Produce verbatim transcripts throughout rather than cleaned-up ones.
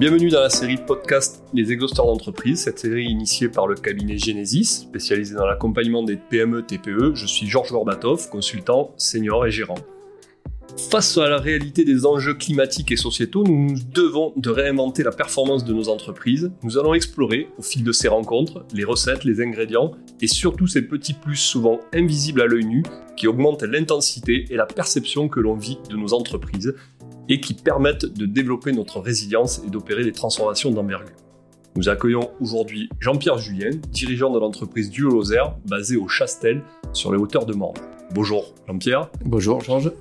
Bienvenue dans la série podcast Les exhausteurs d'entreprise, cette série initiée par le cabinet Genesis, spécialisé dans l'accompagnement des P M E T P E. Je suis Georges Gorbatov, consultant, senior et gérant. Face à la réalité des enjeux climatiques et sociétaux, nous nous devons de réinventer la performance de nos entreprises. Nous allons explorer, au fil de ces rencontres, les recettes, les ingrédients et surtout ces petits plus souvent invisibles à l'œil nu qui augmentent l'intensité et la perception que l'on vit de nos entreprises et qui permettent de développer notre résilience et d'opérer des transformations d'envergure. Nous accueillons aujourd'hui Jean-Pierre Julien, dirigeant de l'entreprise Duo Lozère, basée au Chastel, sur les hauteurs de Morges. Bonjour Jean-Pierre. Bonjour Georges.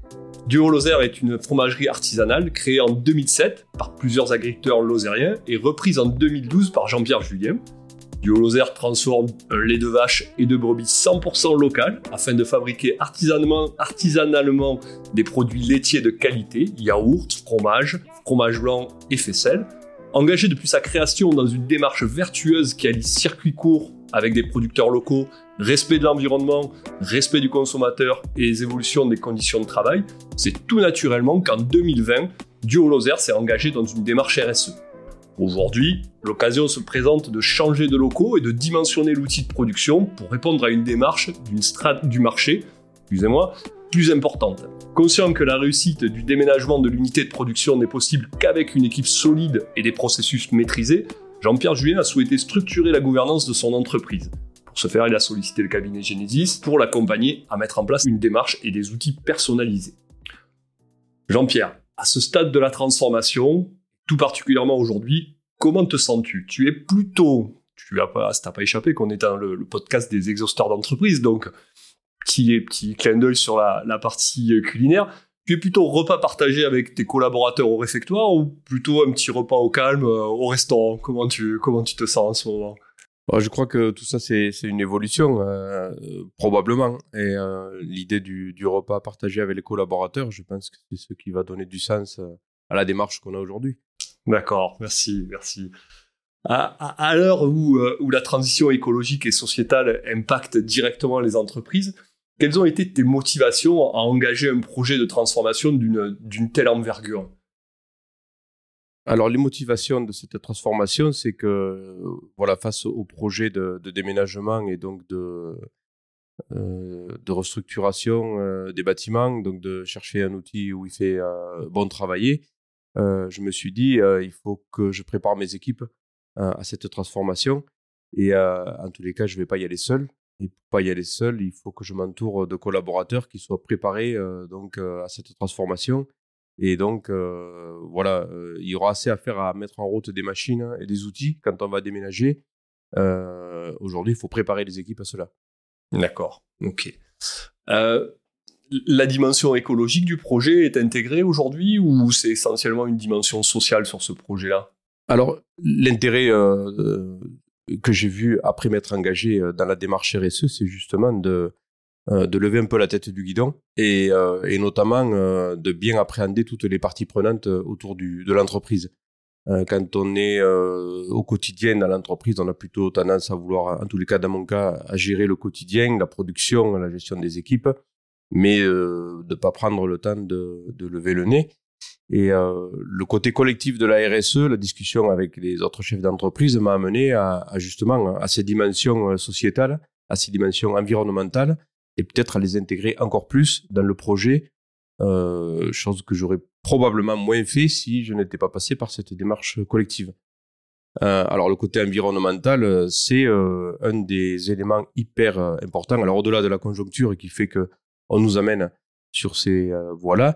Duo Lozère est une fromagerie artisanale créée en deux mille sept par plusieurs agriculteurs lozériens et reprise en deux mille douze par Jean-Pierre Julien. Duo Lozère transforme un lait de vache et de brebis cent pour cent local afin de fabriquer artisanalement, artisanalement des produits laitiers de qualité, yaourts, fromage, fromage blanc et faisselle. Engagé depuis sa création dans une démarche vertueuse qui allie circuit court avec des producteurs locaux, respect de l'environnement, respect du consommateur et les évolutions des conditions de travail, c'est tout naturellement qu'en deux mille vingt, Duo Lozère s'est engagé dans une démarche R S E. Aujourd'hui, l'occasion se présente de changer de locaux et de dimensionner l'outil de production pour répondre à une démarche d'une strate du marché, excusez-moi, plus importante. Conscient que la réussite du déménagement de l'unité de production n'est possible qu'avec une équipe solide et des processus maîtrisés, Jean-Pierre Julien a souhaité structurer la gouvernance de son entreprise. Pour ce faire, il a sollicité le cabinet Genesis pour l'accompagner à mettre en place une démarche et des outils personnalisés. Jean-Pierre, à ce stade de la transformation, tout particulièrement aujourd'hui, comment te sens-tu ? Tu es plutôt, tu n'as pas, ça t'a pas échappé qu'on est dans le, le podcast des exhausteurs d'entreprise, donc petit, petit clin d'œil sur la, la partie culinaire. Tu es plutôt repas partagé avec tes collaborateurs au réfectoire ou plutôt un petit repas au calme euh, au restaurant ? Comment tu, comment tu te sens en ce moment ? Je crois que tout ça, c'est, c'est une évolution, euh, probablement. Et euh, l'idée du, du repas partagé avec les collaborateurs, je pense que c'est ce qui va donner du sens à la démarche qu'on a aujourd'hui. D'accord, merci, merci. À, à, à l'heure où, euh, où la transition écologique et sociétale impacte directement les entreprises, quelles ont été tes motivations à engager un projet de transformation d'une, d'une telle envergure ? Alors, les motivations de cette transformation, c'est que, voilà, face au projet de, de déménagement et donc de, euh, de restructuration euh, des bâtiments, donc de chercher un outil où il fait euh, bon travailler, euh, je me suis dit, euh, il faut que je prépare mes équipes euh, à cette transformation. Et euh, en tous les cas, je ne vais pas y aller seul. Et pour pas y aller seul, il faut que je m'entoure de collaborateurs qui soient préparés euh, donc, euh, à cette transformation. Et donc, euh, voilà, euh, il y aura assez à faire à mettre en route des machines et des outils quand on va déménager. Euh, aujourd'hui, il faut préparer les équipes à cela. D'accord, ok. Euh, la dimension écologique du projet est intégrée aujourd'hui ou c'est essentiellement une dimension sociale sur ce projet-là ? Alors, l'intérêt euh, que j'ai vu après m'être engagé dans la démarche R S E, c'est justement de... de lever un peu la tête du guidon et, euh, et notamment euh, de bien appréhender toutes les parties prenantes autour du, de l'entreprise. Euh, quand on est euh, au quotidien dans l'entreprise, on a plutôt tendance à vouloir, en tous les cas dans mon cas, à gérer le quotidien, la production, la gestion des équipes, mais euh, de ne pas prendre le temps de, de lever le nez. Et euh, le côté collectif de la R S E, la discussion avec les autres chefs d'entreprise m'a amené à, à justement à ces dimensions sociétales, à ces dimensions environnementales, et peut-être à les intégrer encore plus dans le projet, euh, chose que j'aurais probablement moins fait si je n'étais pas passé par cette démarche collective. Euh, alors le côté environnemental, c'est euh, un des éléments hyper euh, importants, alors au-delà de la conjoncture qui fait qu'on nous amène sur ces euh, voies-là.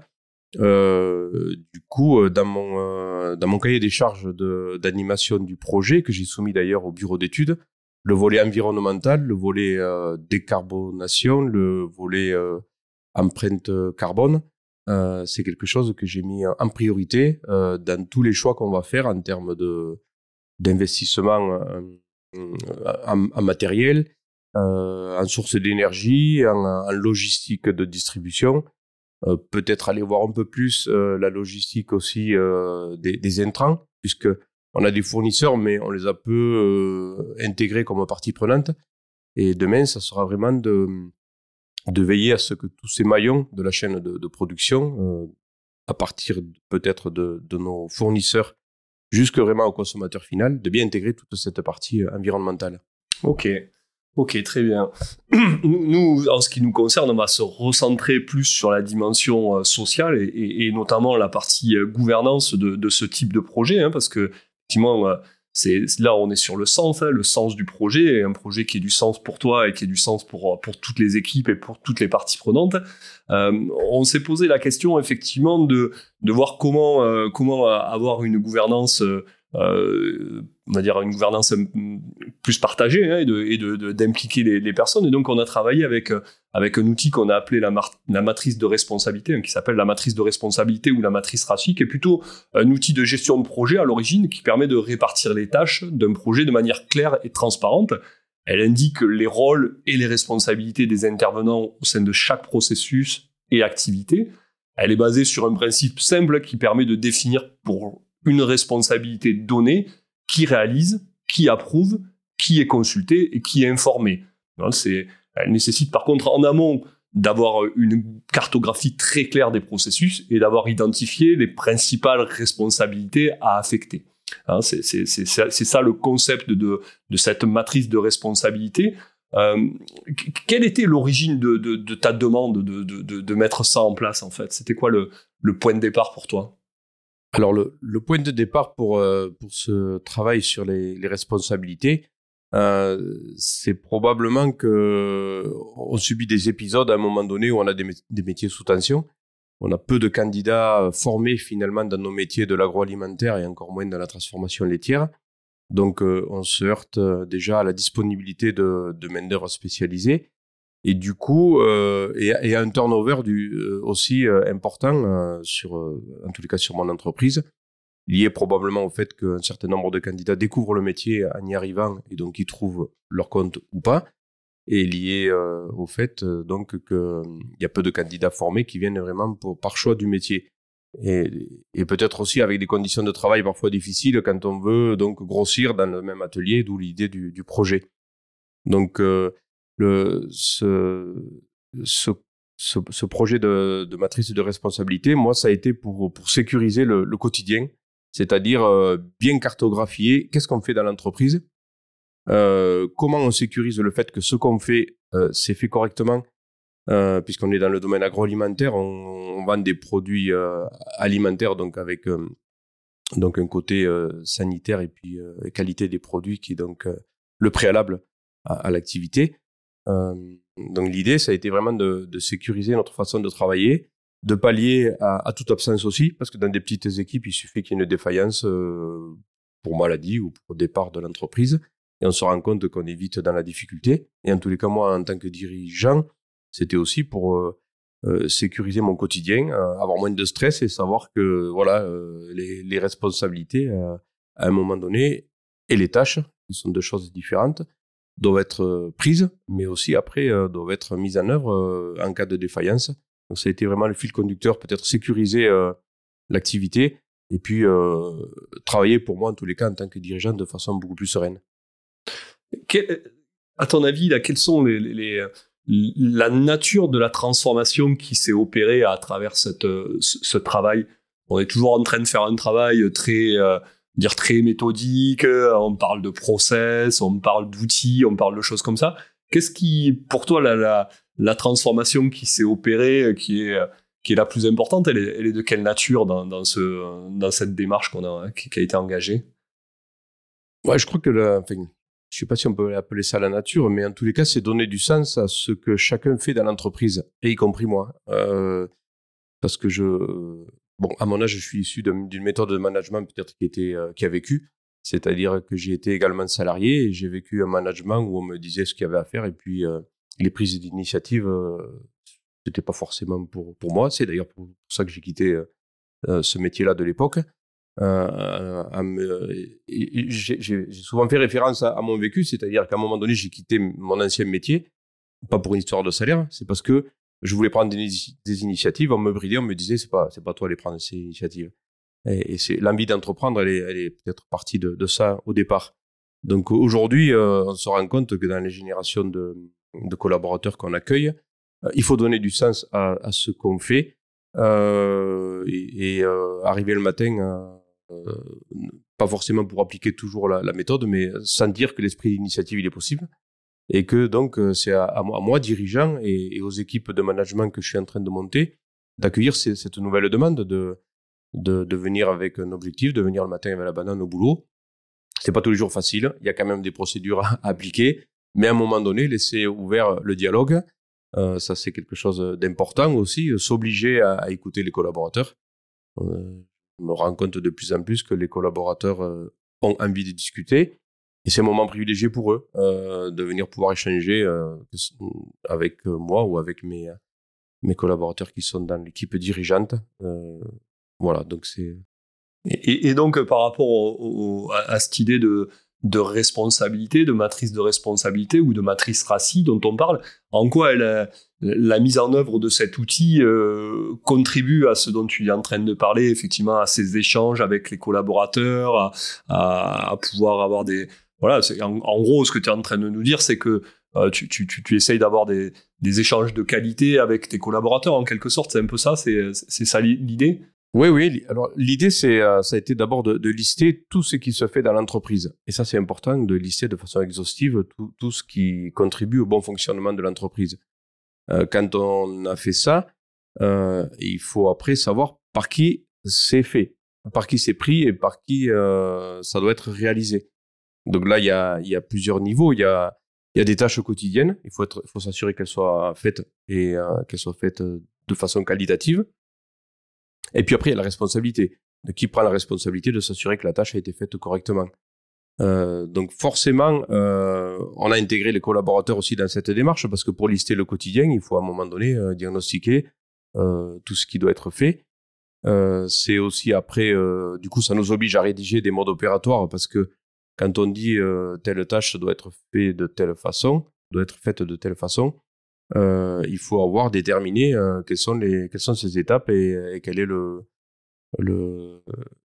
Euh, du coup, dans mon, euh, dans mon cahier des charges de, d'animation du projet, que j'ai soumis d'ailleurs au bureau d'études, le volet environnemental, le volet euh, décarbonation, le volet euh, empreinte carbone, euh, c'est quelque chose que j'ai mis en priorité euh, dans tous les choix qu'on va faire en termes de, d'investissement euh, en, en matériel, euh, en sources d'énergie, en, en logistique de distribution, euh, peut-être aller voir un peu plus euh, la logistique aussi euh, des, des intrants, puisque on a des fournisseurs, mais on les a peu euh, intégrés comme partie prenante. Et demain, ça sera vraiment de, de veiller à ce que tous ces maillons de la chaîne de, de production, euh, à partir peut-être de, de nos fournisseurs jusque vraiment au consommateur final, de bien intégrer toute cette partie environnementale. Ok, ok, très bien. Nous, en ce qui nous concerne, on va se recentrer plus sur la dimension sociale et, et, et notamment la partie gouvernance de, de ce type de projet, hein, parce que effectivement, c'est, là on est sur le sens, hein, le sens du projet, un projet qui ait du sens pour toi et qui ait du sens pour, pour toutes les équipes et pour toutes les parties prenantes. Euh, on s'est posé la question effectivement de, de voir comment, euh, comment avoir une gouvernance, euh, on va dire une gouvernance plus partagée, hein, et, de, et de, de, d'impliquer les, les personnes. Et donc on a travaillé avec, avec un outil qu'on a appelé la, mar- la matrice de responsabilité, hein, qui s'appelle la matrice de responsabilité ou la matrice R A C I, qui est plutôt un outil de gestion de projet à l'origine qui permet de répartir les tâches d'un projet de manière claire et transparente. Elle indique les rôles et les responsabilités des intervenants au sein de chaque processus et activité. Elle est basée sur un principe simple qui permet de définir pour une responsabilité donnée qui réalise, qui approuve, qui est consulté et qui est informé. Donc, c'est, elle nécessite par contre en amont d'avoir une cartographie très claire des processus et d'avoir identifié les principales responsabilités à affecter. Hein, c'est, c'est, c'est, c'est ça le concept de, de cette matrice de responsabilité. Euh, quelle était l'origine de, de, de ta demande de, de, de, de mettre ça en place en fait ? C'était quoi le, le point de départ pour toi ? Alors le, le point de départ pour, euh, pour ce travail sur les, les responsabilités, euh, c'est probablement que on subit des épisodes à un moment donné où on a des, des métiers sous tension. On a peu de candidats formés finalement dans nos métiers de l'agroalimentaire et encore moins dans la transformation laitière. Donc euh, on se heurte déjà à la disponibilité de, de main-d'œuvre spécialisée et du coup euh, et, et à un turnover du, euh, aussi euh, important euh, sur, euh, en tous les cas sur mon entreprise, lié probablement au fait qu'un certain nombre de candidats découvrent le métier en y arrivant et donc ils trouvent leur compte ou pas, et lié euh, au fait euh, donc que il y a peu de candidats formés qui viennent vraiment pour, par choix du métier. Et, et peut-être aussi avec des conditions de travail parfois difficiles quand on veut donc grossir dans le même atelier, d'où l'idée du, du projet. Donc euh, le, ce, ce, ce, ce projet de, de matrice de responsabilité, moi ça a été pour, pour sécuriser le, le quotidien, c'est-à-dire euh, bien cartographier qu'est-ce qu'on fait dans l'entreprise, euh, comment on sécurise le fait que ce qu'on fait, euh, c'est fait correctement. Euh, puisqu'on est dans le domaine agroalimentaire, on, on vend des produits euh, alimentaires, donc avec euh, donc un côté euh, sanitaire et puis euh, qualité des produits qui est donc euh, le préalable à, à l'activité. Euh, donc l'idée, ça a été vraiment de, de sécuriser notre façon de travailler, de pallier à, à toute absence aussi, parce que dans des petites équipes, il suffit qu'il y ait une défaillance euh, pour maladie ou pour départ de l'entreprise, et on se rend compte qu'on est vite dans la difficulté. Et en tous les cas, moi, en tant que dirigeant, c'était aussi pour euh, euh, sécuriser mon quotidien, euh, avoir moins de stress et savoir que voilà euh, les, les responsabilités euh, à un moment donné et les tâches, qui sont deux choses différentes, doivent être euh, prises, mais aussi après euh, doivent être mises en œuvre euh, en cas de défaillance. Donc ça a été vraiment le fil conducteur, peut-être sécuriser euh, l'activité et puis euh, travailler pour moi en tous les cas en tant que dirigeant de façon beaucoup plus sereine. Quel, à ton avis, là, quels sont les, les, les la nature de la transformation qui s'est opérée à travers cette, ce, ce travail? On est toujours en train de faire un travail très, euh, dire très méthodique, on parle de process, on parle d'outils, on parle de choses comme ça. Qu'est-ce qui, pour toi, la, la, la transformation qui s'est opérée, qui est, qui est la plus importante, elle est, elle est de quelle nature dans, dans, ce, dans cette démarche qu'on a, qui, qui a été engagée? Ouais, je crois que la, enfin, je sais pas si on peut appeler ça la nature, mais en tous les cas, c'est donner du sens à ce que chacun fait dans l'entreprise, et y compris moi. Euh, parce que je, bon, à mon âge, je suis issu d'une méthode de management peut-être qui était, euh, qui a vécu. C'est-à-dire que j'ai été également salarié et j'ai vécu un management où on me disait ce qu'il y avait à faire, et puis euh, les prises d'initiative, euh, c'était pas forcément pour pour moi. C'est d'ailleurs pour, pour ça que j'ai quitté euh, ce métier-là de l'époque. Euh, euh, j'ai, j'ai souvent fait référence à, à mon vécu, c'est-à-dire qu'à un moment donné, j'ai quitté mon ancien métier, pas pour une histoire de salaire, c'est parce que je voulais prendre des, des initiatives, on me bridait, on me disait c'est pas c'est pas toi aller prendre ces initiatives. Et, et c'est l'envie d'entreprendre, elle est, elle est peut-être partie de, de ça au départ. Donc aujourd'hui, euh, on se rend compte que dans les générations de, de collaborateurs qu'on accueille, euh, il faut donner du sens à, à ce qu'on fait, euh, et, et euh, arriver le matin. Euh, Euh, pas forcément pour appliquer toujours la, la méthode, mais sentir que l'esprit d'initiative il est possible et que donc c'est à, à moi, à moi dirigeant et, et aux équipes de management que je suis en train de monter d'accueillir ces, cette nouvelle demande de, de de venir avec un objectif, de venir le matin avec la banane au boulot. C'est pas tous les jours facile, il y a quand même des procédures à, à appliquer, mais à un moment donné laisser ouvert le dialogue, euh, ça c'est quelque chose d'important aussi, euh, s'obliger à, à écouter les collaborateurs. Euh, je me rends compte de plus en plus que les collaborateurs euh, ont envie de discuter et c'est un moment privilégié pour eux euh, de venir pouvoir échanger euh, avec moi ou avec mes mes collaborateurs qui sont dans l'équipe dirigeante. Euh, voilà, donc c'est Et, et donc, par rapport au, au, à, à cette idée de, de responsabilité, de matrice de responsabilité ou de matrice R A C I dont on parle, en quoi elle, la mise en œuvre de cet outil euh, contribue à ce dont tu es en train de parler, effectivement, à ces échanges avec les collaborateurs, à, à, à pouvoir avoir des... Voilà, c'est, en, en gros, ce que tu es en train de nous dire, c'est que euh, tu, tu, tu, tu essayes d'avoir des, des échanges de qualité avec tes collaborateurs, en quelque sorte, c'est un peu ça, c'est, c'est ça l'idée ? Oui, oui. Alors, l'idée, c'est, euh, ça a été d'abord de, de lister tout ce qui se fait dans l'entreprise. Et ça, c'est important de lister de façon exhaustive tout, tout ce qui contribue au bon fonctionnement de l'entreprise. Euh, quand on a fait ça, euh, il faut après savoir par qui c'est fait, par qui c'est pris et par qui euh, ça doit être réalisé. Donc là, il y a, il y a plusieurs niveaux. Il y a, il y a des tâches quotidiennes. Il faut être, il faut s'assurer qu'elles soient faites et euh, qu'elles soient faites de façon qualitative. Et puis après, il y a la responsabilité. De qui prend la responsabilité de s'assurer que la tâche a été faite correctement. Euh, donc forcément, euh, on a intégré les collaborateurs aussi dans cette démarche parce que pour lister le quotidien, il faut à un moment donné euh, diagnostiquer euh, tout ce qui doit être fait. Euh, c'est aussi après, euh, du coup, ça nous oblige à rédiger des modes opératoires parce que quand on dit euh, telle tâche doit être faite de telle façon, doit être faite de telle façon, Euh, il faut avoir déterminé euh, quelles sont les quelles sont ces étapes et, et quel est le le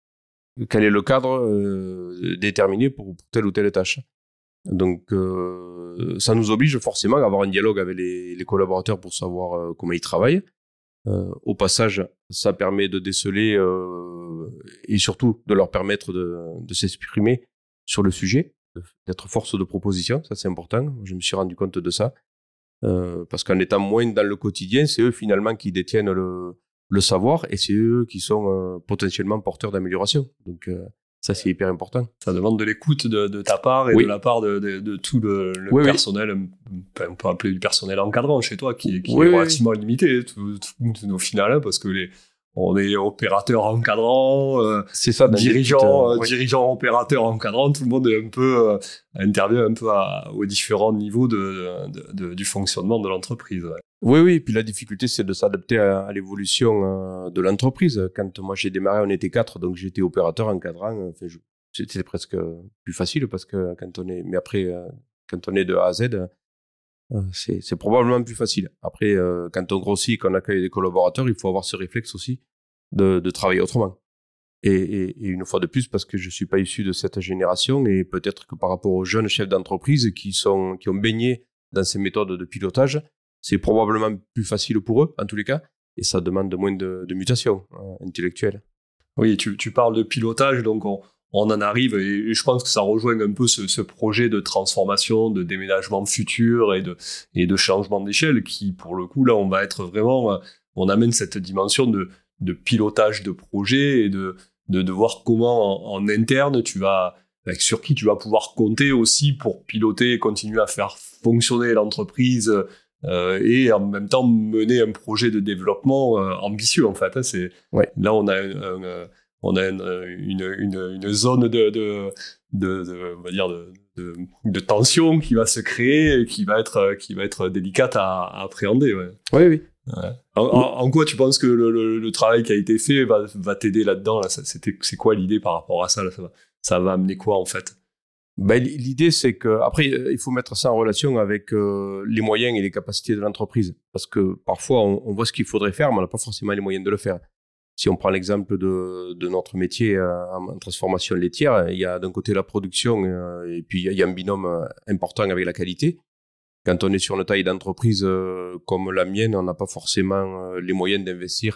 quel est le cadre euh, déterminé pour, pour telle ou telle tâche. Donc euh, ça nous oblige forcément à avoir un dialogue avec les, les collaborateurs pour savoir euh, comment ils travaillent. Euh, au passage, ça permet de déceler euh, et surtout de leur permettre de, de s'exprimer sur le sujet, d'être force de proposition. Ça c'est important. Je me suis rendu compte de ça. Euh, parce qu'en étant moins dans le quotidien, c'est eux finalement qui détiennent le, le savoir et c'est eux qui sont euh, potentiellement porteurs d'amélioration. Donc euh, ça, c'est hyper important. Ça demande de l'écoute de, de ta part et oui. de la part de, de, de tout le, le oui, personnel, oui. on peut appeler du personnel encadrant chez toi, qui, qui oui, est relativement oui. limité tout, tout, au final, parce que les on est opérateur encadrant, euh, c'est ça, dirigeant, petites, euh, oui. dirigeant, opérateur encadrant, tout le monde est un peu euh, intervient un peu à, aux différents niveaux de, de, de, du fonctionnement de l'entreprise. Ouais. Oui, oui. Puis la difficulté, c'est de s'adapter à, à l'évolution euh, de l'entreprise. Quand moi j'ai démarré, on était quatre, donc j'étais opérateur encadrant. Enfin, je, c'était presque plus facile parce que quand on est, mais après, euh, quand on est de A à Z. Euh, c'est, c'est probablement plus facile. Après, euh, quand on grossit, qu'on accueille des collaborateurs, il faut avoir ce réflexe aussi de, de travailler autrement. Et, et, et une fois de plus, parce que je suis pas issu de cette génération, et peut-être que par rapport aux jeunes chefs d'entreprise qui sont qui ont baigné dans ces méthodes de pilotage, c'est probablement plus facile pour eux, en tous les cas, et ça demande moins de, de mutations euh, intellectuelles. Oui, tu, tu parles de pilotage, donc on on en arrive, et je pense que ça rejoint un peu ce, ce projet de transformation, de déménagement futur et de, et de changement d'échelle qui, pour le coup, là, on va être vraiment, on amène cette dimension de, de pilotage de projet et de, de, de voir comment en, en interne tu vas, avec, sur qui tu vas pouvoir compter aussi pour piloter et continuer à faire fonctionner l'entreprise euh, et en même temps mener un projet de développement euh, ambitieux, en fait. Hein, c'est, ouais. Là, on a un, un on a une, une, une, une zone de, de, de, de, on va dire de, de, de tension qui va se créer et qui va être, qui va être délicate à, à appréhender. Ouais. Oui, oui. Ouais. En, en, en quoi tu penses que le, le, le travail qui a été fait va, va t'aider là-dedans là, ça, c'était, c'est quoi l'idée par rapport à ça, là, ça, va, ça va amener quoi en fait? Ben, l'idée, c'est que après, il faut mettre ça en relation avec euh, les moyens et les capacités de l'entreprise. Parce que parfois, on, on voit ce qu'il faudrait faire, mais on n'a pas forcément les moyens de le faire. Si on prend l'exemple de, de notre métier euh, en transformation laitière, il y a d'un côté la production euh, et puis il y a un binôme euh, important avec la qualité. Quand on est sur une taille d'entreprise euh, comme la mienne, on n'a pas forcément euh, les moyens d'investir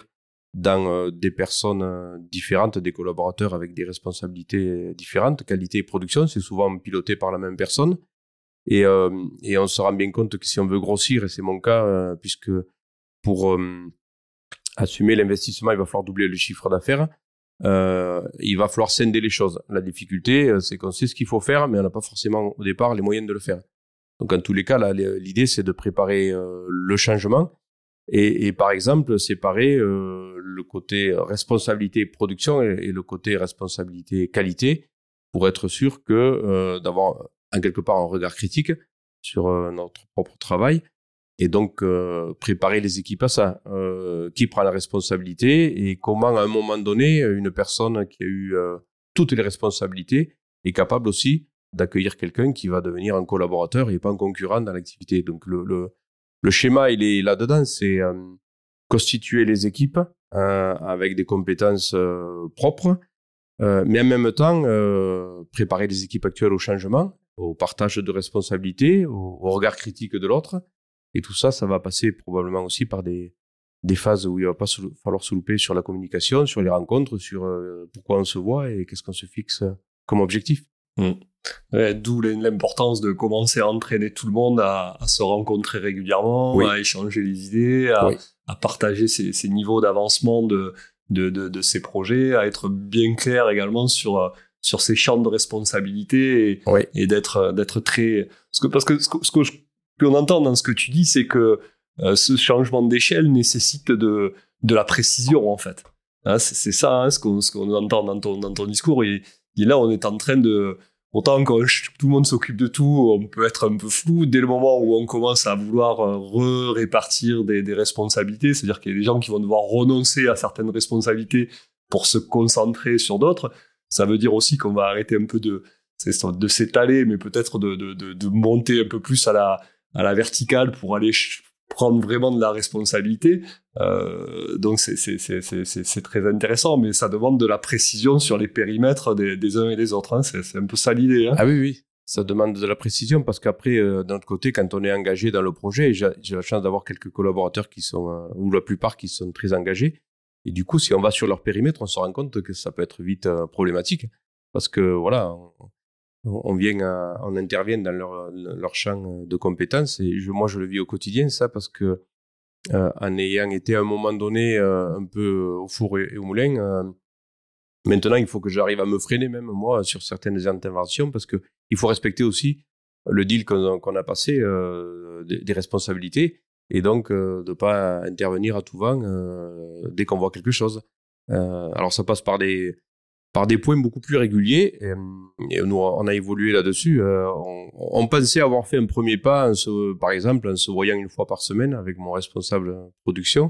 dans euh, des personnes euh, différentes, des collaborateurs avec des responsabilités différentes, qualité et production, c'est souvent piloté par la même personne. Et, euh, et on se rend bien compte que si on veut grossir, et c'est mon cas, euh, puisque pour euh, assumer l'investissement, il va falloir doubler le chiffre d'affaires, euh, il va falloir scinder les choses. La difficulté, c'est qu'on sait ce qu'il faut faire, mais on n'a pas forcément au départ les moyens de le faire. Donc en tous les cas, là, l'idée, c'est de préparer euh, le changement. Et, et par exemple, séparer euh, le côté responsabilité production et, et le côté responsabilité qualité pour être sûr que euh, d'avoir en quelque part un regard critique sur euh, notre propre travail et donc euh, préparer les équipes à ça. Euh, qui prend la responsabilité et comment à un moment donné une personne qui a eu euh, toutes les responsabilités est capable aussi d'accueillir quelqu'un qui va devenir un collaborateur et pas un concurrent dans l'activité. Donc le, le Le schéma, il est là-dedans, c'est euh, constituer les équipes euh, avec des compétences euh, propres, euh, mais en même temps, euh, préparer les équipes actuelles au changement, au partage de responsabilités, au, au regard critique de l'autre. Et tout ça, ça va passer probablement aussi par des, des phases où il va pas se, falloir se louper sur la communication, sur les rencontres, sur euh, pourquoi on se voit et qu'est-ce qu'on se fixe comme objectif. Mmh. Ouais, d'où l'importance de commencer à entraîner tout le monde à, à se rencontrer régulièrement, oui. à échanger les idées, à, oui. à partager ces, ces niveaux d'avancement de, de, de, de ces projets, à être bien clair également sur, sur ces champs de responsabilité et, oui. et d'être, d'être très... Parce que, parce que ce, que, ce que je, qu'on entend dans ce que tu dis, c'est que euh, ce changement d'échelle nécessite de, de la précision, en fait. Hein, c'est, c'est ça hein, ce, qu'on, ce qu'on entend dans ton, dans ton discours. Et, et là, on est en train de... Autant quand tout le monde s'occupe de tout, on peut être un peu flou dès le moment où on commence à vouloir re-répartir des, des responsabilités. C'est-à-dire qu'il y a des gens qui vont devoir renoncer à certaines responsabilités pour se concentrer sur d'autres. Ça veut dire aussi qu'on va arrêter un peu de, de s'étaler, mais peut-être de, de, de, de monter un peu plus à la, à la verticale pour aller prendre vraiment de la responsabilité. Euh, donc c'est, c'est, c'est, c'est, c'est, c'est très intéressant, mais ça demande de la précision sur les périmètres des, des uns et des autres. Hein. C'est, c'est un peu ça l'idée. Hein. Ah oui, oui, ça demande de la précision parce qu'après, euh, d'un autre côté, quand on est engagé dans le projet, j'ai, j'ai la chance d'avoir quelques collaborateurs qui sont, euh, ou la plupart qui sont très engagés. Et du coup, si on va sur leur périmètre, on se rend compte que ça peut être vite euh, problématique parce que voilà, on, on vient, à, on intervient dans leur, leur champ de compétences et je, moi je le vis au quotidien ça parce que euh, en ayant été à un moment donné euh, un peu au four et, et au moulin, euh, maintenant il faut que j'arrive à me freiner même moi sur certaines interventions parce que il faut respecter aussi le deal qu'on, qu'on a passé euh, des, des responsabilités et donc euh, de pas intervenir à tout vent euh, dès qu'on voit quelque chose. Euh, alors ça passe par des par des points beaucoup plus réguliers. Et, et nous, on a évolué là-dessus. Euh, on, on pensait avoir fait un premier pas, en se, par exemple, en se voyant une fois par semaine avec mon responsable production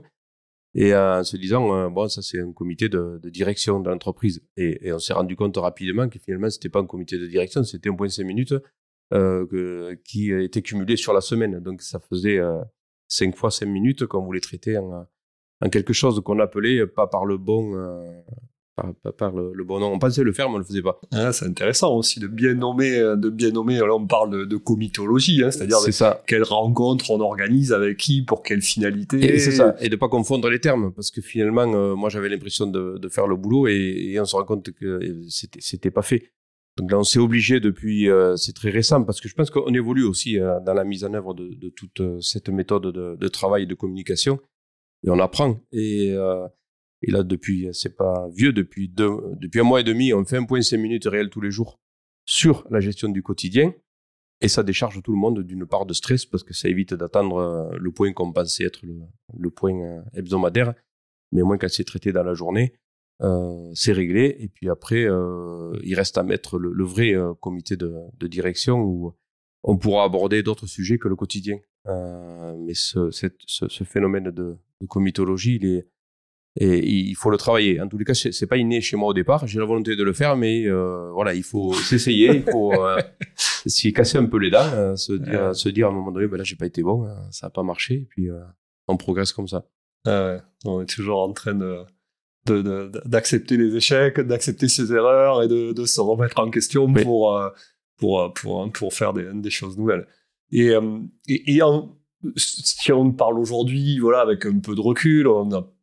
et euh, en se disant, euh, bon, ça c'est un comité de, de direction de l'entreprise. Et, et on s'est rendu compte rapidement que finalement, c'était pas un comité de direction, c'était un point cinq minutes euh, que, qui était cumulé sur la semaine. Donc ça faisait euh, cinq fois cinq minutes qu'on voulait traiter en, en quelque chose qu'on appelait pas par le bon... Euh, Par, par, par le, le bon nom. On pensait le faire, mais on le faisait pas. Ah, c'est intéressant aussi de bien nommer, de bien nommer. Là, on parle de, de comitologie, hein, c'est-à-dire c'est ça. Quelle rencontre on organise avec qui, pour quelle finalité. Et, c'est ça. Et de pas confondre les termes, parce que finalement, euh, moi, j'avais l'impression de, de faire le boulot et, et on se rend compte que c'était, c'était pas fait. Donc là, on s'est obligé depuis. Euh, c'est très récent, parce que je pense qu'on évolue aussi euh, dans la mise en œuvre de, de toute cette méthode de, de travail et de communication, et on apprend. Et euh, Et là, depuis, c'est pas vieux, depuis deux, depuis un mois et demi, on fait un point cinq minutes réel tous les jours sur la gestion du quotidien. Et ça décharge tout le monde d'une part de stress parce que ça évite d'attendre le point qu'on pensait être le, le point hebdomadaire. Mais au moins, quand c'est traité dans la journée, euh, c'est réglé. Et puis après, euh, il reste à mettre le, le vrai euh, comité de, de direction où on pourra aborder d'autres sujets que le quotidien. Euh, mais ce, cette, ce, ce phénomène de, de comitologie, il est et il faut le travailler. En tous les cas, c'est, c'est pas inné chez moi au départ. J'ai la volonté de le faire, mais euh, voilà, il faut s'essayer, il faut euh, s'y casser un peu les dents, euh, se dire, ouais. se dire à un moment donné, ben là, j'ai pas été bon, euh, ça a pas marché, et puis euh, on progresse comme ça. Ah ouais. On est toujours en train de, de, de d'accepter les échecs, d'accepter ses erreurs et de, de se remettre en question oui. pour, euh, pour pour pour faire des, des choses nouvelles. Et euh, et, et en, si on parle aujourd'hui, voilà, avec un peu de recul, on a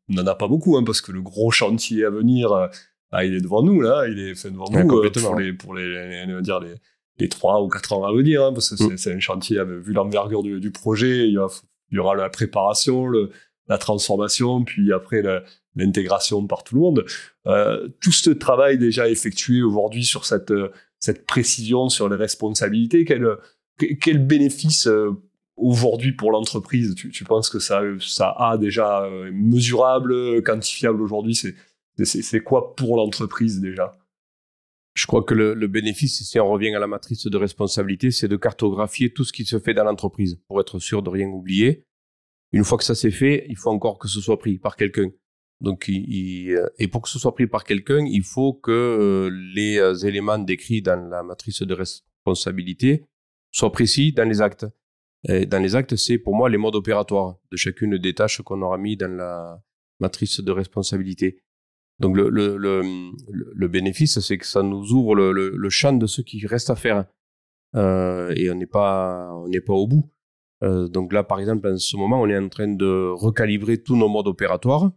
on n'en a pas beaucoup, hein, parce que le gros chantier à venir, euh, bah, il est devant nous, là, il est fait devant ouais, nous euh, pour, les, pour les, les, les, dire les, les trois ou quatre ans à venir, hein, parce que c'est, mm. c'est un chantier, vu l'envergure du, du projet, il y, a, il y aura la préparation, le, la transformation, puis après la, l'intégration par tout le monde. Euh, tout ce travail déjà effectué aujourd'hui sur cette, cette précision sur les responsabilités, quel, quel bénéfice euh, aujourd'hui pour l'entreprise, tu, tu penses que ça, ça a déjà euh, mesurable, quantifiable aujourd'hui, c'est, c'est, c'est quoi pour l'entreprise déjà? Je crois que le, le bénéfice, si on revient à la matrice de responsabilité, c'est de cartographier tout ce qui se fait dans l'entreprise pour être sûr de rien oublier. Une fois que ça c'est fait, il faut encore que ce soit pris par quelqu'un. Donc, il, il, et pour que ce soit pris par quelqu'un, il faut que euh, les euh, éléments décrits dans la matrice de responsabilité soient précis dans les actes. Et dans les actes, c'est pour moi les modes opératoires de chacune des tâches qu'on aura mis dans la matrice de responsabilité. Donc, le, le, le, le bénéfice, c'est que ça nous ouvre le, le, le champ de ce qui reste à faire. Euh, et on n'est pas, on n'est pas au bout. Euh, donc là, par exemple, en ce moment, on est en train de recalibrer tous nos modes opératoires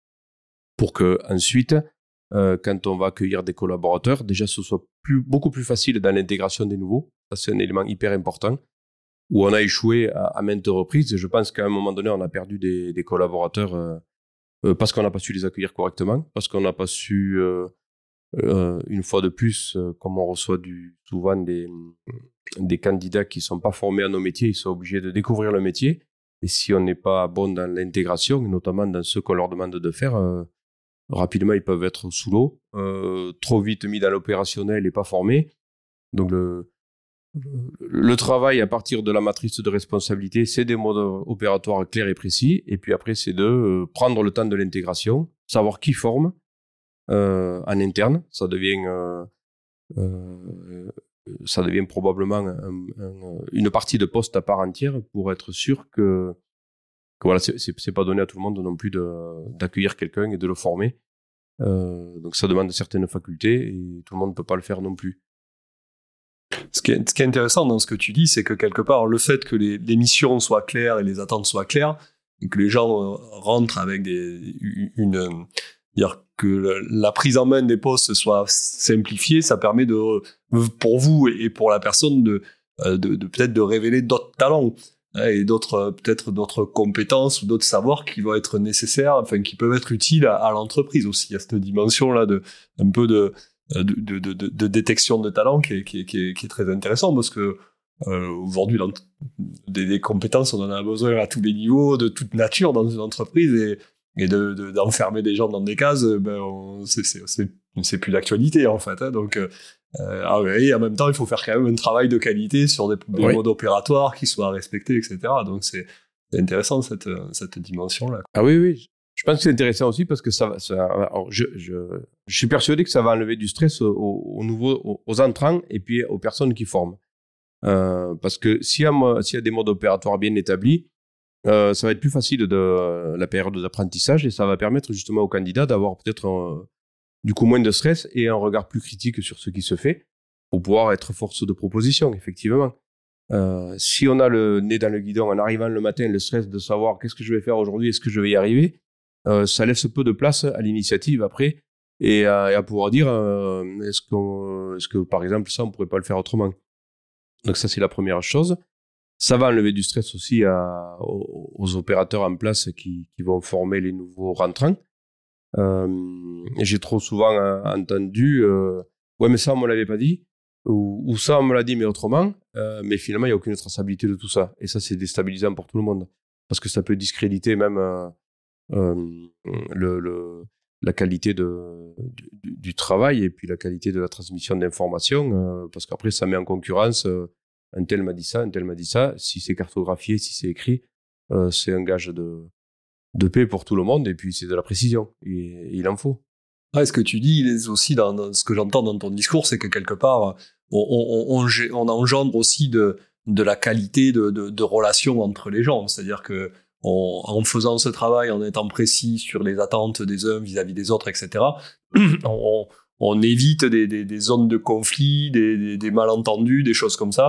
pour que ensuite, euh, quand on va accueillir des collaborateurs, déjà ce soit plus, beaucoup plus facile dans l'intégration des nouveaux. Ça, c'est un élément hyper important où on a échoué à, à maintes reprises. Et je pense qu'à un moment donné, on a perdu des, des collaborateurs euh, euh, parce qu'on n'a pas su les accueillir correctement, parce qu'on n'a pas su, euh, euh, une fois de plus, euh, comme on reçoit du, souvent des, des candidats qui sont pas formés à nos métiers, ils sont obligés de découvrir le métier. Et si on n'est pas bon dans l'intégration, notamment dans ce qu'on leur demande de faire, euh, rapidement, ils peuvent être sous l'eau, euh, trop vite mis dans l'opérationnel et pas formés. Donc, le, le travail à partir de la matrice de responsabilité, c'est des modes opératoires clairs et précis. Et puis après, c'est de euh, prendre le temps de l'intégration, savoir qui forme euh, en interne. Ça devient, euh, euh, ça devient probablement un, un, une partie de poste à part entière pour être sûr que que voilà, c'est, c'est, c'est pas donné à tout le monde non plus de, d'accueillir quelqu'un et de le former. Euh, donc ça demande certaines facultés et tout le monde ne peut pas le faire non plus. Ce qui est, ce qui est intéressant dans ce que tu dis, c'est que quelque part, le fait que les, les missions soient claires et les attentes soient claires, et que les gens rentrent avec des, une, dire que la prise en main des postes soit simplifiée, ça permet de, pour vous et pour la personne de, de, de peut-être de révéler d'autres talents. Et d'autres, peut-être d'autres compétences ou d'autres savoirs qui vont être nécessaires, enfin, qui peuvent être utiles à, à l'entreprise aussi. Il y a cette dimension-là de, un peu de, de, de, de, de détection de talent qui est, qui est, qui est, qui est très intéressant parce que, euh, aujourd'hui, des, des compétences, on en a besoin à tous les niveaux, de toute nature dans une entreprise et, et de, de, d'enfermer des gens dans des cases, ben, on, c'est, c'est, c'est, c'est plus d'actualité, en fait, hein, donc, Euh, ah ouais, et en même temps, il faut faire quand même un travail de qualité sur des, des oui. modes opératoires qui soient respectés, et cetera. Donc, c'est, c'est intéressant, cette, cette dimension-là. Ah oui, oui. Je pense que c'est intéressant aussi parce que ça, ça alors je, je, je suis persuadé que ça va enlever du stress aux, aux nouveaux, aux, aux entrants et puis aux personnes qui forment. Euh, parce que s'il y a, s'il y a des modes opératoires bien établis, euh, ça va être plus facile de la période d'apprentissage et ça va permettre justement aux candidats d'avoir peut-être un, du coup moins de stress et un regard plus critique sur ce qui se fait pour pouvoir être force de proposition, effectivement. Euh, si on a le nez dans le guidon en arrivant le matin, le stress de savoir qu'est-ce que je vais faire aujourd'hui, est-ce que je vais y arriver, euh, ça laisse peu de place à l'initiative après et à, et à pouvoir dire euh, est-ce, qu'on, est-ce que par exemple ça on pourrait pas le faire autrement. Donc ça c'est la première chose. Ça va enlever du stress aussi à, aux, aux opérateurs en place qui, qui vont former les nouveaux rentrants. Euh, j'ai trop souvent euh, entendu euh, ouais mais ça on me l'avait pas dit ou, ou ça on me l'a dit mais autrement euh, mais finalement il y a aucune traçabilité de tout ça et ça c'est déstabilisant pour tout le monde parce que ça peut discréditer même euh, euh, le, le, la qualité de, du, du travail et puis la qualité de la transmission d'informations euh, parce qu'après ça met en concurrence euh, un tel m'a dit ça, un tel m'a dit ça, si c'est cartographié, si c'est écrit euh, c'est un gage de de paix pour tout le monde, et puis c'est de la précision, et, et il en faut. Ouais, ce que tu dis aussi, dans, dans ce que j'entends dans ton discours, c'est que quelque part, on, on, on, on engendre aussi de, de la qualité de, de, de relations entre les gens, c'est-à-dire que on, en faisant ce travail, en étant précis sur les attentes des uns vis-à-vis des autres, et cetera, on, on évite des, des, des zones de conflit, des, des, des malentendus, des choses comme ça,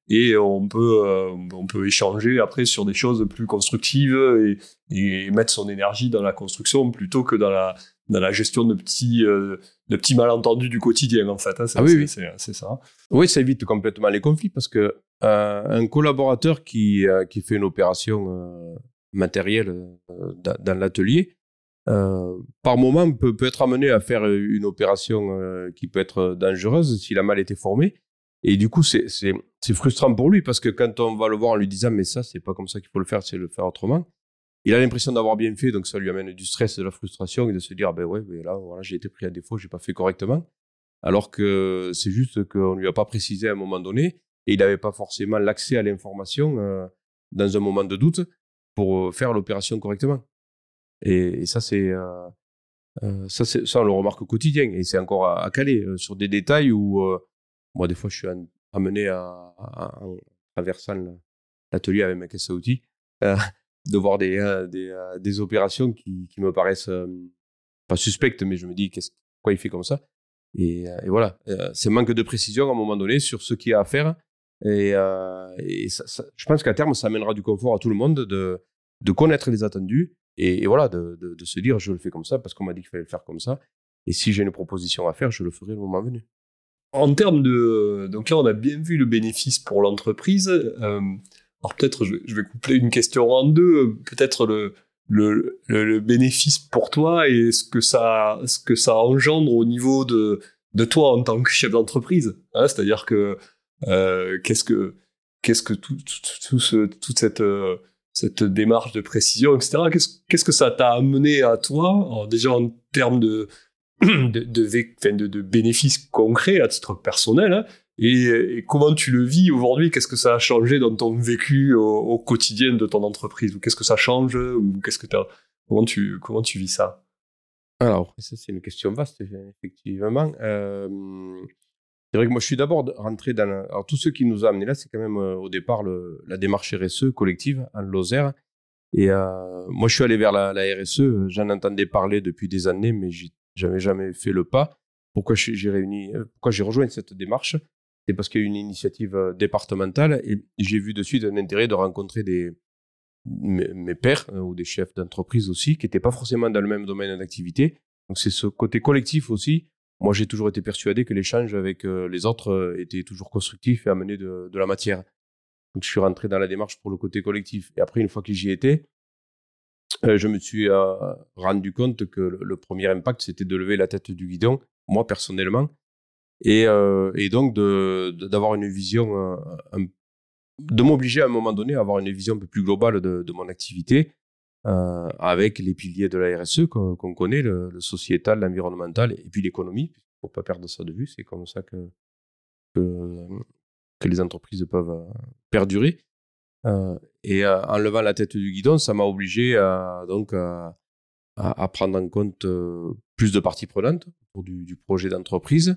et on peut euh, on peut échanger après sur des choses plus constructives et, et mettre son énergie dans la construction plutôt que dans la dans la gestion de petits euh, de petits malentendus du quotidien en fait, hein. C'est, ah oui, c'est, oui. c'est, c'est ça. Oui, ça évite complètement les conflits parce que euh, un collaborateur qui euh, qui fait une opération euh, matérielle euh, dans, dans l'atelier, euh, par moment peut peut être amené à faire une opération euh, qui peut être dangereuse s'il a mal été formé. Et du coup, c'est c'est c'est frustrant pour lui parce que quand on va le voir en lui disant mais ça c'est pas comme ça qu'il faut le faire, c'est le faire autrement. Il a l'impression d'avoir bien fait, donc ça lui amène du stress, de la frustration et de se dire ah ben ouais, ben là voilà, j'ai été pris à défaut, j'ai pas fait correctement. Alors que c'est juste qu'on lui a pas précisé à un moment donné et il n'avait pas forcément l'accès à l'information euh, dans un moment de doute pour faire l'opération correctement. Et, et ça c'est euh, euh, ça c'est ça on le remarque au quotidien et c'est encore à, à caler euh, sur des détails où euh, moi des fois je suis en, amené à, à, à en traversant l'atelier avec ma caisse à outils euh, de voir des euh, des, euh, des opérations qui qui me paraissent euh, pas suspectes, mais je me dis qu'est-ce pourquoi il fait comme ça. Et, et voilà, euh, c'est manque de précision à un moment donné sur ce qu'il y a à faire. Et, euh, et ça, ça, je pense qu'à terme, ça amènera du confort à tout le monde de, de connaître les attendus et, et voilà, de, de, de se dire je le fais comme ça parce qu'on m'a dit qu'il fallait le faire comme ça. Et si j'ai une proposition à faire, je le ferai le moment venu. En termes de... Donc là, on a bien vu le bénéfice pour l'entreprise. Euh, alors peut-être, je vais, je vais coupler une question en deux. Peut-être le, le, le, le bénéfice pour toi et ce que ça, ce que ça engendre au niveau de, de toi en tant que chef d'entreprise. Hein, c'est-à-dire que euh, qu'est-ce que qu'est-ce que tout, tout, tout ce, toute cette euh, cette démarche de précision, et cetera. Qu'est-ce, qu'est-ce que ça t'a amené à toi, alors déjà en termes de de, de, de, de bénéfices concrets à titre personnel, hein, et, et comment tu le vis aujourd'hui, qu'est-ce que ça a changé dans ton vécu au, au quotidien de ton entreprise, ou qu'est-ce que ça change, ou qu'est-ce que t'as, comment tu, comment tu vis ça? Alors, ça c'est une question vaste, effectivement. Euh, c'est vrai que moi je suis d'abord rentré dans la... Alors tous ceux qui nous ont amenés là, c'est quand même euh, au départ le, la démarche R S E collective en Lozère. Et euh, moi je suis allé vers la, la R S E, j'en entendais parler depuis des années, mais j'ai j'avais jamais fait le pas. Pourquoi j'ai réuni, pourquoi j'ai rejoint cette démarche? C'est parce qu'il y a eu une initiative départementale et j'ai vu de suite un intérêt de rencontrer des mes, mes pairs euh, ou des chefs d'entreprise aussi qui n'étaient pas forcément dans le même domaine d'activité. Donc c'est ce côté collectif aussi. Moi j'ai toujours été persuadé que l'échange avec euh, les autres euh, était toujours constructif et amenait de, de la matière. Donc je suis rentré dans la démarche pour le côté collectif. Et après une fois que j'y étais, Euh, je me suis euh, rendu compte que le, le premier impact, c'était de lever la tête du guidon, moi personnellement, et, euh, et donc de, de, d'avoir une vision, euh, un, de m'obliger à un moment donné à avoir une vision un peu plus globale de, de mon activité, euh, avec les piliers de la R S E qu'on, qu'on connaît, le, le sociétal, l'environnemental, et puis l'économie. Il ne faut pas perdre ça de vue, c'est comme ça que, que, que les entreprises peuvent euh, perdurer. Euh, et euh, en levant la tête du guidon, ça m'a obligé à, donc à, à, à prendre en compte euh, plus de parties prenantes pour du, du projet d'entreprise,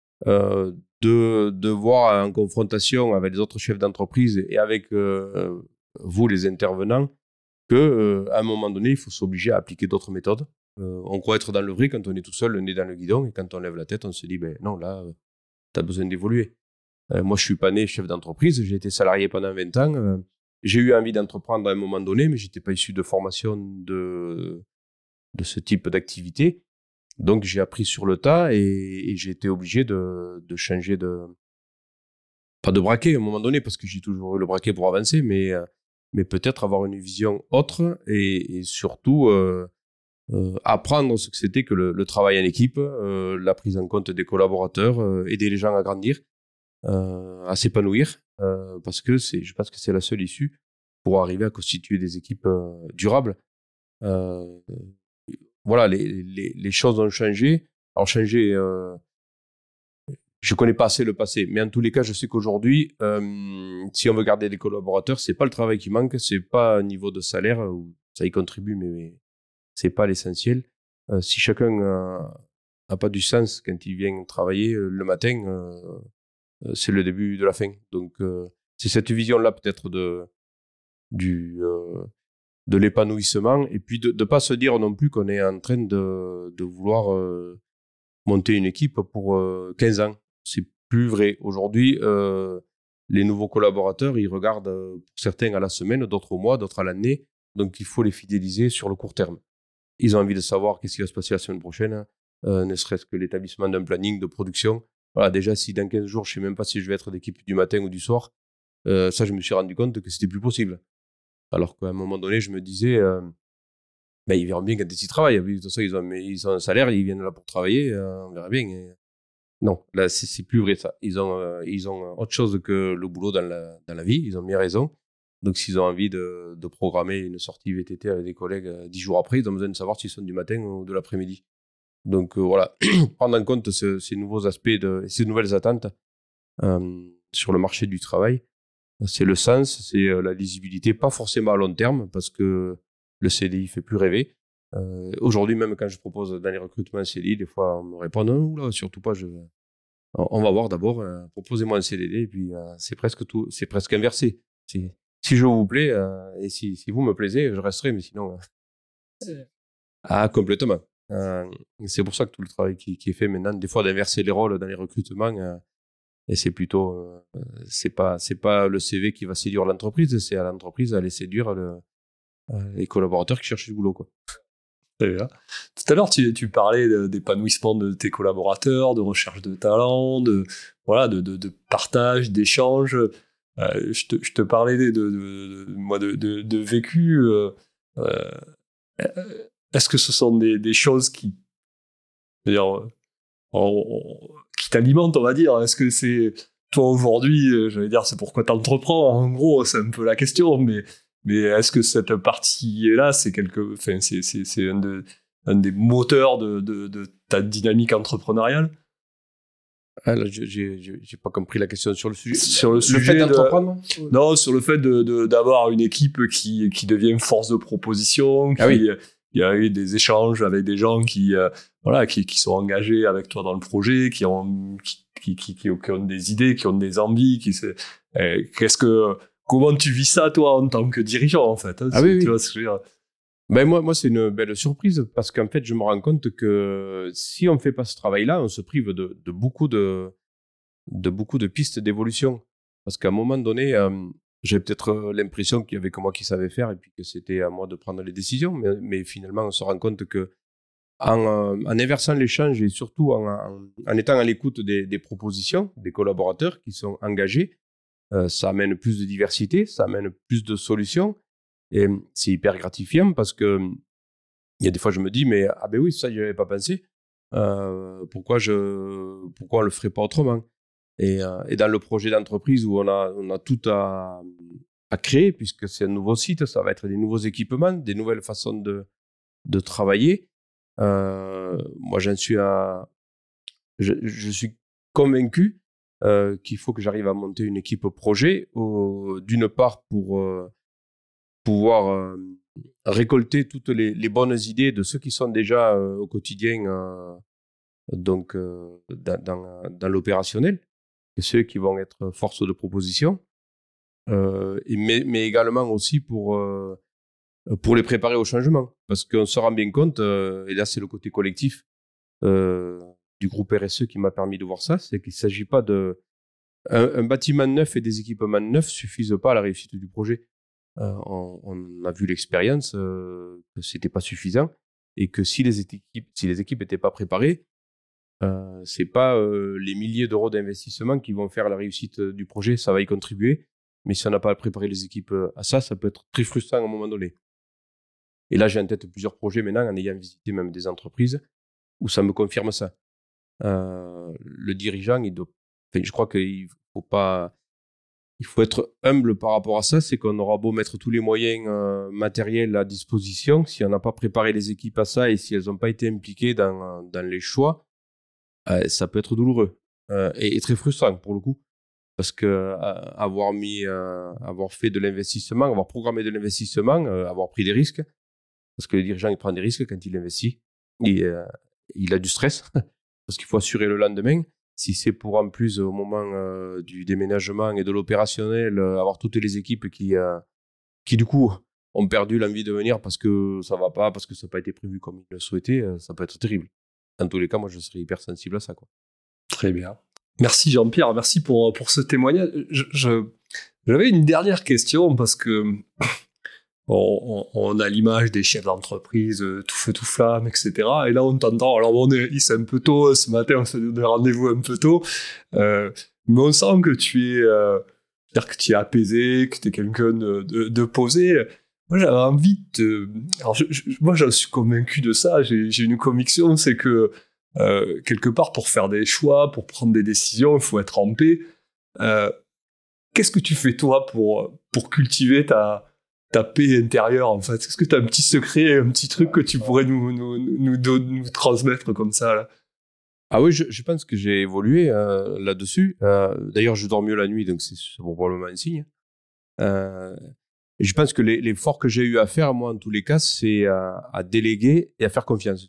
euh, de, de voir en confrontation avec les autres chefs d'entreprise et avec euh, vous les intervenants que euh, à un moment donné il faut s'obliger à appliquer d'autres méthodes. Euh, on croit être dans le vrai quand on est tout seul, le nez dans le guidon, et quand on lève la tête, on se dit ben non là euh, t'as besoin d'évoluer. Euh, moi je suis pas né chef d'entreprise, j'ai été salarié pendant vingt ans. Euh, J'ai eu envie d'entreprendre à un moment donné, mais j'étais pas issu de formation de, de ce type d'activité. Donc, j'ai appris sur le tas et, et j'ai été obligé de, de changer de, pas de braquet à un moment donné, parce que j'ai toujours eu le braquet pour avancer, mais, mais peut-être avoir une vision autre et, et surtout, euh, euh, apprendre ce que c'était que le, le travail en équipe, euh, la prise en compte des collaborateurs, euh, aider les gens à grandir, euh, à s'épanouir. Euh, parce que c'est, je pense que c'est la seule issue pour arriver à constituer des équipes euh, durables. Euh, voilà, les, les, les choses ont changé. Alors changé, euh, je connais pas assez le passé, mais en tous les cas, je sais qu'aujourd'hui, euh, si on veut garder des collaborateurs, c'est pas le travail qui manque, c'est pas un niveau de salaire où ça y contribue, mais, mais c'est pas l'essentiel. Euh, si chacun a, a pas du sens quand il vient travailler euh, le matin. Euh, c'est le début de la fin. Donc, euh, c'est cette vision-là peut-être de du euh, de l'épanouissement et puis de ne pas se dire non plus qu'on est en train de de vouloir euh, monter une équipe pour euh, quinze ans. C'est plus vrai. Aujourd'hui, euh, les nouveaux collaborateurs, ils regardent euh, pour certains à la semaine, d'autres au mois, d'autres à l'année. Donc, il faut les fidéliser sur le court terme. Ils ont envie de savoir qu'est-ce qui va se passer la semaine prochaine, euh, ne serait-ce que l'établissement d'un planning de production. Voilà, déjà, si dans quinze jours, je sais même pas si je vais être d'équipe du matin ou du soir, euh, ça, je me suis rendu compte que c'était plus possible. Alors qu'à un moment donné, je me disais, euh, ben, ils verront bien quand ils travaillent. De toute façon, ils ont, ils ont un salaire, ils viennent là pour travailler, euh, on verra bien. Et... Non, là, c'est, c'est plus vrai ça. Ils ont, euh, ils ont autre chose que le boulot dans la, dans la vie. Ils ont bien raison. Donc, s'ils ont envie de, de programmer une sortie V T T avec des collègues euh, dix jours après, ils ont besoin de savoir s'ils sont du matin ou de l'après-midi. Donc, euh, voilà, prendre en compte ce, ces nouveaux aspects, de, ces nouvelles attentes euh, sur le marché du travail. C'est le sens, c'est euh, la lisibilité, pas forcément à long terme, parce que le C D I fait plus rêver. Euh, aujourd'hui, même quand je propose dans les recrutements un C D I, des fois, on me répond non, oula, surtout pas, je... on va voir d'abord, euh, proposez-moi un C D D, et puis euh, c'est presque tout, c'est presque inversé. C'est, si je vous plais, euh, et si, si vous me plaisez, je resterai, mais sinon, euh... ah, complètement. Euh, c'est pour ça que tout le travail qui, qui est fait maintenant, des fois d'inverser les rôles dans les recrutements, euh, et c'est plutôt, euh, c'est pas, c'est pas le C V qui va séduire l'entreprise, c'est à l'entreprise d'aller séduire le, euh, les collaborateurs qui cherchent du boulot, quoi. Très bien. Tout à l'heure, tu, tu parlais de, d'épanouissement de tes collaborateurs, de recherche de talent, de, voilà, de, de, de partage, d'échange. Euh, je, te, je te parlais de, de, de, de, moi, de, de, de vécu. Euh, euh, est-ce que ce sont des, des choses qui, c'est-à-dire, on, on, qui t'alimentent, on va dire? Est-ce que c'est, toi, aujourd'hui, j'allais dire, c'est pourquoi t'entreprends, en gros, c'est un peu la question, mais Mais est-ce que cette partie-là, c'est quelque, enfin, c'est, c'est, c'est un, de, un des moteurs de, de, de ta dynamique entrepreneuriale? Ah, là, j'ai, j'ai, j'ai pas compris la question sur le sujet. Sur le, le sujet fait d'entreprendre de... Non, sur le fait de, de, d'avoir une équipe qui, qui devient force de proposition, qui, ah oui. il y a eu des échanges avec des gens qui, euh, voilà, qui, qui sont engagés avec toi dans le projet, qui ont, qui, qui, qui, qui ont des idées, qui ont des envies, qui se, euh, qu'est-ce que, comment tu vis ça, toi, en tant que dirigeant, en fait, hein, ah oui, tu oui. vois ce que je veux dire? Ben moi, moi, c'est une belle surprise parce qu'en fait, je me rends compte que si on ne fait pas ce travail-là, on se prive de, de beaucoup de, de beaucoup de pistes d'évolution. Parce qu'à un moment donné, euh, j'avais peut-être l'impression qu'il y avait que moi qui savais faire et puis que c'était à moi de prendre les décisions. Mais, mais finalement, on se rend compte que en, euh, en inversant l'échange et surtout en, en, en étant à l'écoute des, des propositions des collaborateurs qui sont engagés, euh, ça amène plus de diversité, ça amène plus de solutions. Et c'est hyper gratifiant parce que il y a des fois je me dis mais ah ben oui ça j'y avais pas pensé, euh, pourquoi je pourquoi on le ferait pas autrement, et, euh, et dans le projet d'entreprise où on a on a tout à à créer puisque c'est un nouveau site, ça va être des nouveaux équipements, des nouvelles façons de de travailler, euh, moi j'en suis à je, je suis convaincu euh, qu'il faut que j'arrive à monter une équipe projet, au, d'une part pour euh, pouvoir euh, récolter toutes les, les bonnes idées de ceux qui sont déjà euh, au quotidien euh, donc euh, dans, dans, dans l'opérationnel, et ceux qui vont être force de proposition, euh, et mais, mais également aussi pour, euh, pour les préparer au changement. Parce qu'on se rend bien compte, euh, et là c'est le côté collectif euh, du groupe R S E qui m'a permis de voir ça, c'est qu'il ne s'agit pas de... Un, un bâtiment neuf et des équipements neufs suffisent pas à la réussite du projet. Euh, on, on a vu l'expérience euh, que c'était pas suffisant et que si les équipes si les équipes étaient pas préparées, euh, c'est pas euh, les milliers d'euros d'investissement qui vont faire la réussite du projet, ça va y contribuer, mais si on n'a pas préparé les équipes à ça, ça peut être très frustrant à un moment donné. Et là j'ai en tête plusieurs projets maintenant en ayant visité même des entreprises où ça me confirme ça. Euh, le dirigeant, il doit, enfin, je crois qu'il faut pas Il faut être humble par rapport à ça, c'est qu'on aura beau mettre tous les moyens euh, matériels à disposition, si on n'a pas préparé les équipes à ça et si elles n'ont pas été impliquées dans, dans les choix, euh, ça peut être douloureux euh, et, et très frustrant pour le coup. Parce que euh, avoir mis, euh, avoir fait de l'investissement, avoir programmé de l'investissement, euh, avoir pris des risques, parce que le dirigeant il prend des risques quand il investit, et, euh, il a du stress parce qu'il faut assurer le lendemain. Si c'est pour en plus au moment euh, du déménagement et de l'opérationnel euh, avoir toutes les équipes qui euh, qui du coup ont perdu l'envie de venir parce que ça va pas, parce que ça n'a pas été prévu comme ils le souhaitaient, euh, ça peut être terrible. Dans tous les cas, moi je serais hyper sensible à ça, quoi. Très bien. Merci Jean-Pierre, merci pour, pour ce témoignage. Je, je, j'avais une dernière question parce que on, on a l'image des chefs d'entreprise tout feu tout flamme, et cetera. Et là on t'entend, alors on est, c'est un peu tôt, ce matin on s'est donné rendez-vous un peu tôt, euh, mais on sent que tu es, euh, c'est-à-dire que tu es apaisé, que tu es quelqu'un de, de, de posé. Moi j'avais envie de... Alors, je, je, moi j'en suis convaincu de ça, j'ai, j'ai une conviction, c'est que Euh, quelque part, pour faire des choix, pour prendre des décisions, il faut être en paix. Euh, qu'est-ce que tu fais, toi, pour, pour cultiver ta, ta paix intérieure, en fait? Est-ce que tu as un petit secret, un petit truc que tu pourrais nous, nous, nous, nous, nous transmettre comme ça, là? Ah oui, je, je pense que j'ai évolué euh, là-dessus. Euh, d'ailleurs, je dors mieux la nuit, donc c'est, c'est probablement un signe. Euh, et je pense que les, l'effort que j'ai eu à faire, moi, en tous les cas, c'est à, à déléguer et à faire confiance.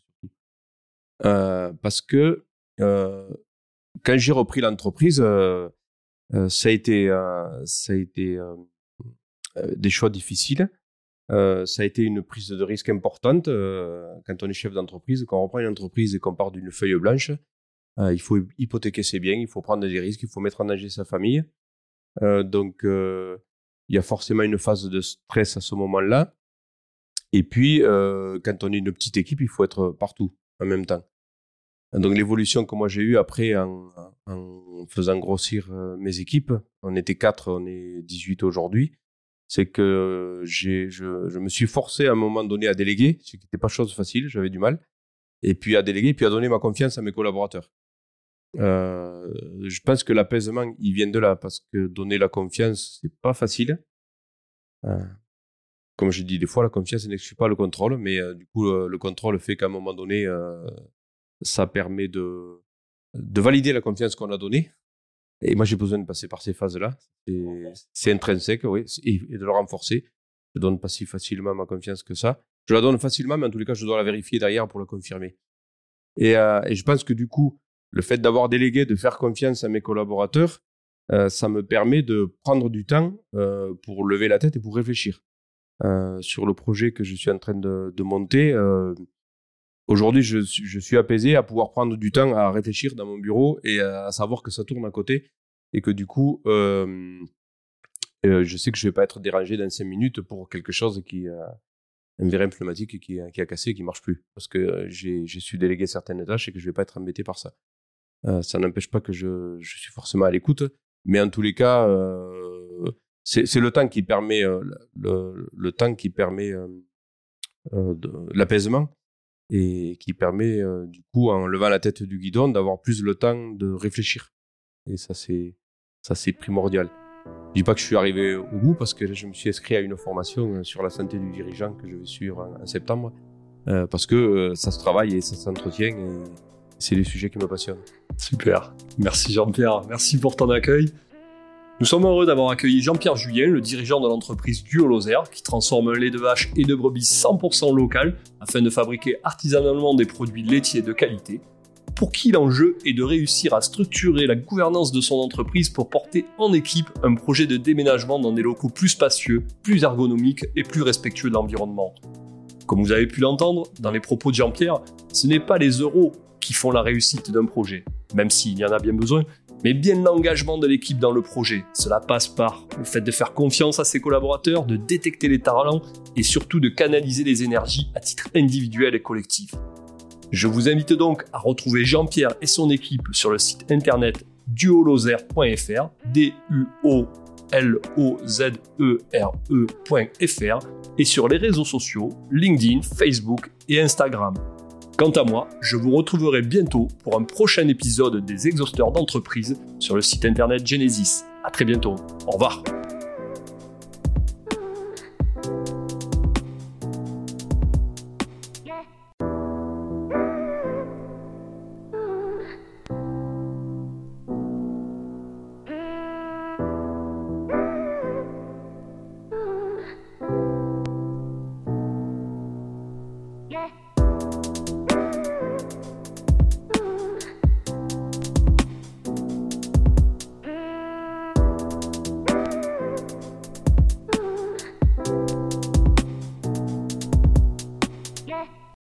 Euh, parce que euh, quand j'ai repris l'entreprise, euh, euh, ça a été, euh, ça a été euh, euh, des choix difficiles. Euh, ça a été une prise de risque importante. Euh, quand on est chef d'entreprise, quand on reprend une entreprise et qu'on part d'une feuille blanche, euh, il faut hypothéquer ses biens, il faut prendre des risques, il faut mettre en danger sa famille. Euh, donc, euh, il y a forcément une phase de stress à ce moment-là. Et puis, euh, quand on est une petite équipe, il faut être partout en même temps. Donc l'évolution que moi j'ai eue après en, en faisant grossir euh, mes équipes, on était quatre, on est dix-huit aujourd'hui, c'est que j'ai, je, je me suis forcé à un moment donné à déléguer, ce qui n'était pas chose facile, j'avais du mal, et puis à déléguer, puis à donner ma confiance à mes collaborateurs. Euh, je pense que l'apaisement, il vient de là, parce que donner la confiance, c'est pas facile. Euh, comme je dis des fois, la confiance n'exclut pas le contrôle, mais euh, du coup, le, le contrôle fait qu'à un moment donné, euh, ça permet de, de valider la confiance qu'on a donnée. Et moi, j'ai besoin de passer par ces phases-là. C'est, c'est intrinsèque, oui, et, et de le renforcer. Je donne pas si facilement ma confiance que ça. Je la donne facilement, mais en tous les cas, je dois la vérifier derrière pour la confirmer. Et, euh, et je pense que du coup, le fait d'avoir délégué, de faire confiance à mes collaborateurs, euh, ça me permet de prendre du temps euh, pour lever la tête et pour réfléchir euh, sur le projet que je suis en train de, de monter. Euh, Aujourd'hui, je, je suis apaisé à pouvoir prendre du temps à réfléchir dans mon bureau et à savoir que ça tourne à côté et que du coup, euh, euh, je sais que je vais pas être dérangé dans cinq minutes pour quelque chose qui a un vérin pneumatique qui, qui a cassé et qui marche plus parce que j'ai, j'ai su déléguer certaines tâches et que je vais pas être embêté par ça. Euh, ça n'empêche pas que je, je suis forcément à l'écoute, mais en tous les cas, euh, c'est, c'est le temps qui permet euh, le, le temps qui permet euh, euh, de, l'apaisement. Et qui permet, euh, du coup, en levant la tête du guidon, d'avoir plus le temps de réfléchir. Et ça, c'est, ça, c'est primordial. Je dis pas que je suis arrivé au bout parce que je me suis inscrit à une formation sur la santé du dirigeant que je vais suivre en, en septembre, euh, parce que euh, ça se travaille et ça s'entretient et c'est des sujets qui me passionnent. Super. Merci Jean-Pierre. Merci pour ton accueil. Nous sommes heureux d'avoir accueilli Jean-Pierre Julien, le dirigeant de l'entreprise Duo-Lozère, qui transforme un lait de vache et de brebis cent pour cent local afin de fabriquer artisanalement des produits laitiers de qualité, pour qui l'enjeu est de réussir à structurer la gouvernance de son entreprise pour porter en équipe un projet de déménagement dans des locaux plus spacieux, plus ergonomiques et plus respectueux de l'environnement. Comme vous avez pu l'entendre dans les propos de Jean-Pierre, ce n'est pas les euros qui font la réussite d'un projet, même s'il y en a bien besoin, mais bien l'engagement de l'équipe dans le projet. Cela passe par le fait de faire confiance à ses collaborateurs, de détecter les talents et surtout de canaliser les énergies à titre individuel et collectif. Je vous invite donc à retrouver Jean-Pierre et son équipe sur le site internet duo lozère point f r, D U O L O Z E R E point F R, et sur les réseaux sociaux LinkedIn, Facebook et Instagram. Quant à moi, je vous retrouverai bientôt pour un prochain épisode des Exhausteurs d'entreprise sur le site internet Genesis. À très bientôt. Au revoir.